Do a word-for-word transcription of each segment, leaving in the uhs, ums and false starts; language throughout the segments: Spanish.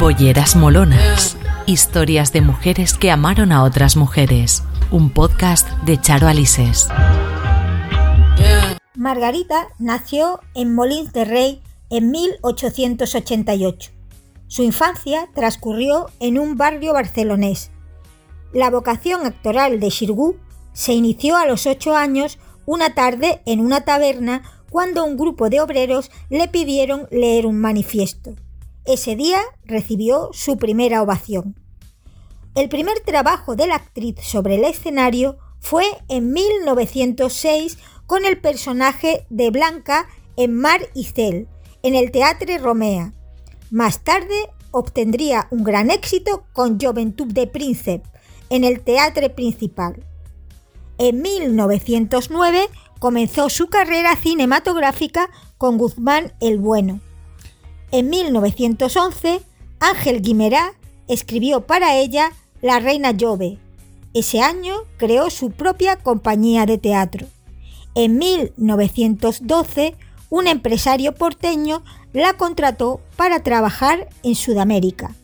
Bolleras Molonas. Historias de mujeres que amaron a otras mujeres. Un podcast de Charo Alises. Margarita nació en Molins de Rei en mil ochocientos ochenta y ocho. Su infancia transcurrió en un barrio barcelonés. La vocación actoral de Xirgu se inició a los ocho años una tarde en una taberna cuando un grupo de obreros le pidieron leer un manifiesto. Ese día recibió su primera ovación. El primer trabajo de la actriz sobre el escenario fue en mil novecientos seis con el personaje de Blanca en Mar y Cel, en el Teatre Romea. Más tarde obtendría un gran éxito con Joventut de Príncep, en el Teatre Principal. En mil novecientos nueve comenzó su carrera cinematográfica con Guzmán el Bueno. En mil novecientos once, Ángel Guimerá escribió para ella La Reina Jove. Ese año creó su propia compañía de teatro. En mil novecientos doce, un empresario porteño la contrató para trabajar en Sudamérica.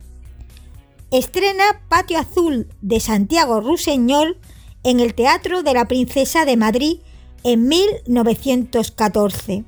Estrena Patio Azul de Santiago Rusiñol en el Teatro de la Princesa de Madrid en mil novecientos catorce.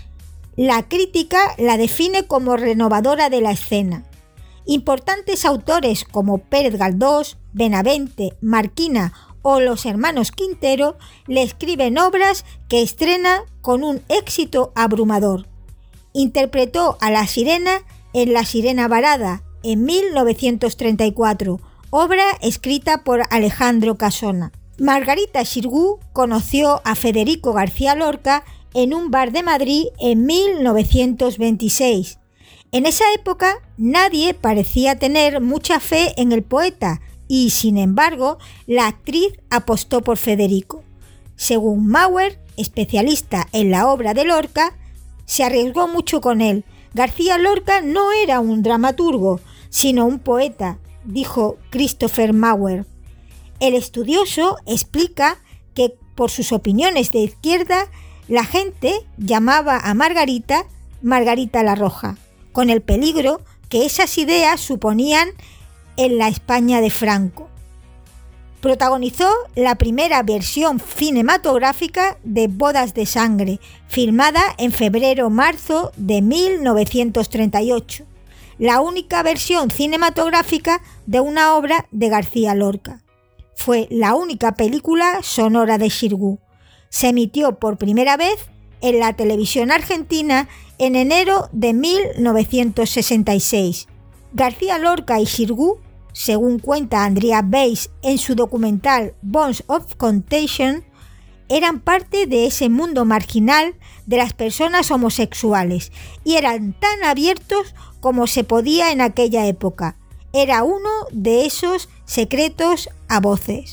La crítica la define como renovadora de la escena. Importantes autores como Pérez Galdós, Benavente, Marquina o los hermanos Quintero le escriben obras que estrena con un éxito abrumador. Interpretó a la sirena en La Sirena Varada en mil novecientos treinta y cuatro, obra escrita por Alejandro Casona. Margarita Xirgu conoció a Federico García Lorca en un bar de Madrid en mil novecientos veintiséis. En esa época nadie parecía tener mucha fe en el poeta y, sin embargo, la actriz apostó por Federico. Según Mauer, especialista en la obra de Lorca, se arriesgó mucho con él. García Lorca no era un dramaturgo, sino un poeta, dijo Christopher Mauer. El estudioso explica que por sus opiniones de izquierda, la gente llamaba a Margarita Margarita la Roja, con el peligro que esas ideas suponían en la España de Franco. Protagonizó la primera versión cinematográfica de Bodas de Sangre, filmada en febrero-marzo de mil novecientos treinta y ocho, la única versión cinematográfica de una obra de García Lorca. Fue la única película sonora de Xirgu. Se emitió por primera vez en la televisión argentina en enero de mil novecientos sesenta y seis. García Lorca y Xirgu, según cuenta Andrea Weiss en su documental Bones of Contagion, eran parte de ese mundo marginal de las personas homosexuales y eran tan abiertos como se podía en aquella época. Era uno de esos secretos a voces.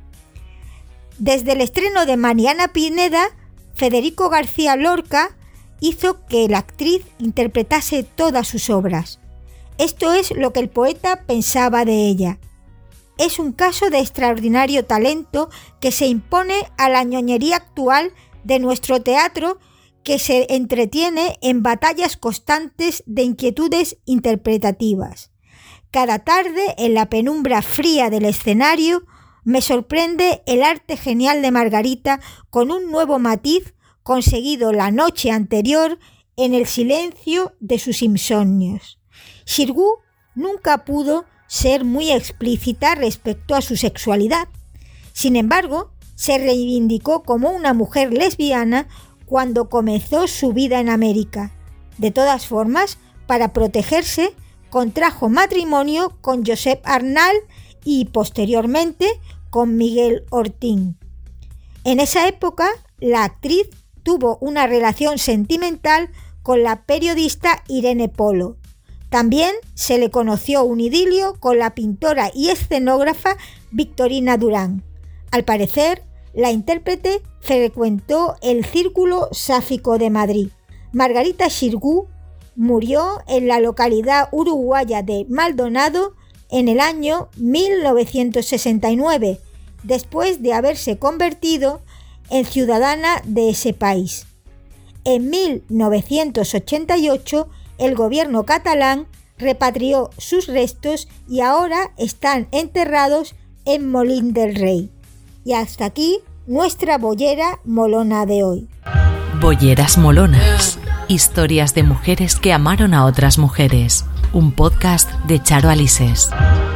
Desde el estreno de Mariana Pineda, Federico García Lorca hizo que la actriz interpretase todas sus obras. Esto es lo que el poeta pensaba de ella. Es un caso de extraordinario talento que se impone a la ñoñería actual de nuestro teatro, que se entretiene en batallas constantes de inquietudes interpretativas. Cada tarde, en la penumbra fría del escenario, me sorprende el arte genial de Margarita con un nuevo matiz conseguido la noche anterior en el silencio de sus insomnios. Xirgu nunca pudo ser muy explícita respecto a su sexualidad. Sin embargo, se reivindicó como una mujer lesbiana cuando comenzó su vida en América. De todas formas, para protegerse, contrajo matrimonio con Josep Arnal y posteriormente con Miguel Ortín. En esa época, la actriz tuvo una relación sentimental con la periodista Irene Polo. También se le conoció un idilio con la pintora y escenógrafa Victorina Durán. Al parecer, la intérprete frecuentó el Círculo Sáfico de Madrid. Margarita Xirgu murió en la localidad uruguaya de Maldonado en el año mil novecientos sesenta y nueve, después de haberse convertido en ciudadana de ese país. En mil novecientos ochenta y ocho, el gobierno catalán repatrió sus restos y ahora están enterrados en Molín del Rey. Y hasta aquí nuestra boyera molona de hoy. Bolleras molonas. Historias de mujeres que amaron a otras mujeres. Un podcast de Charo Alises.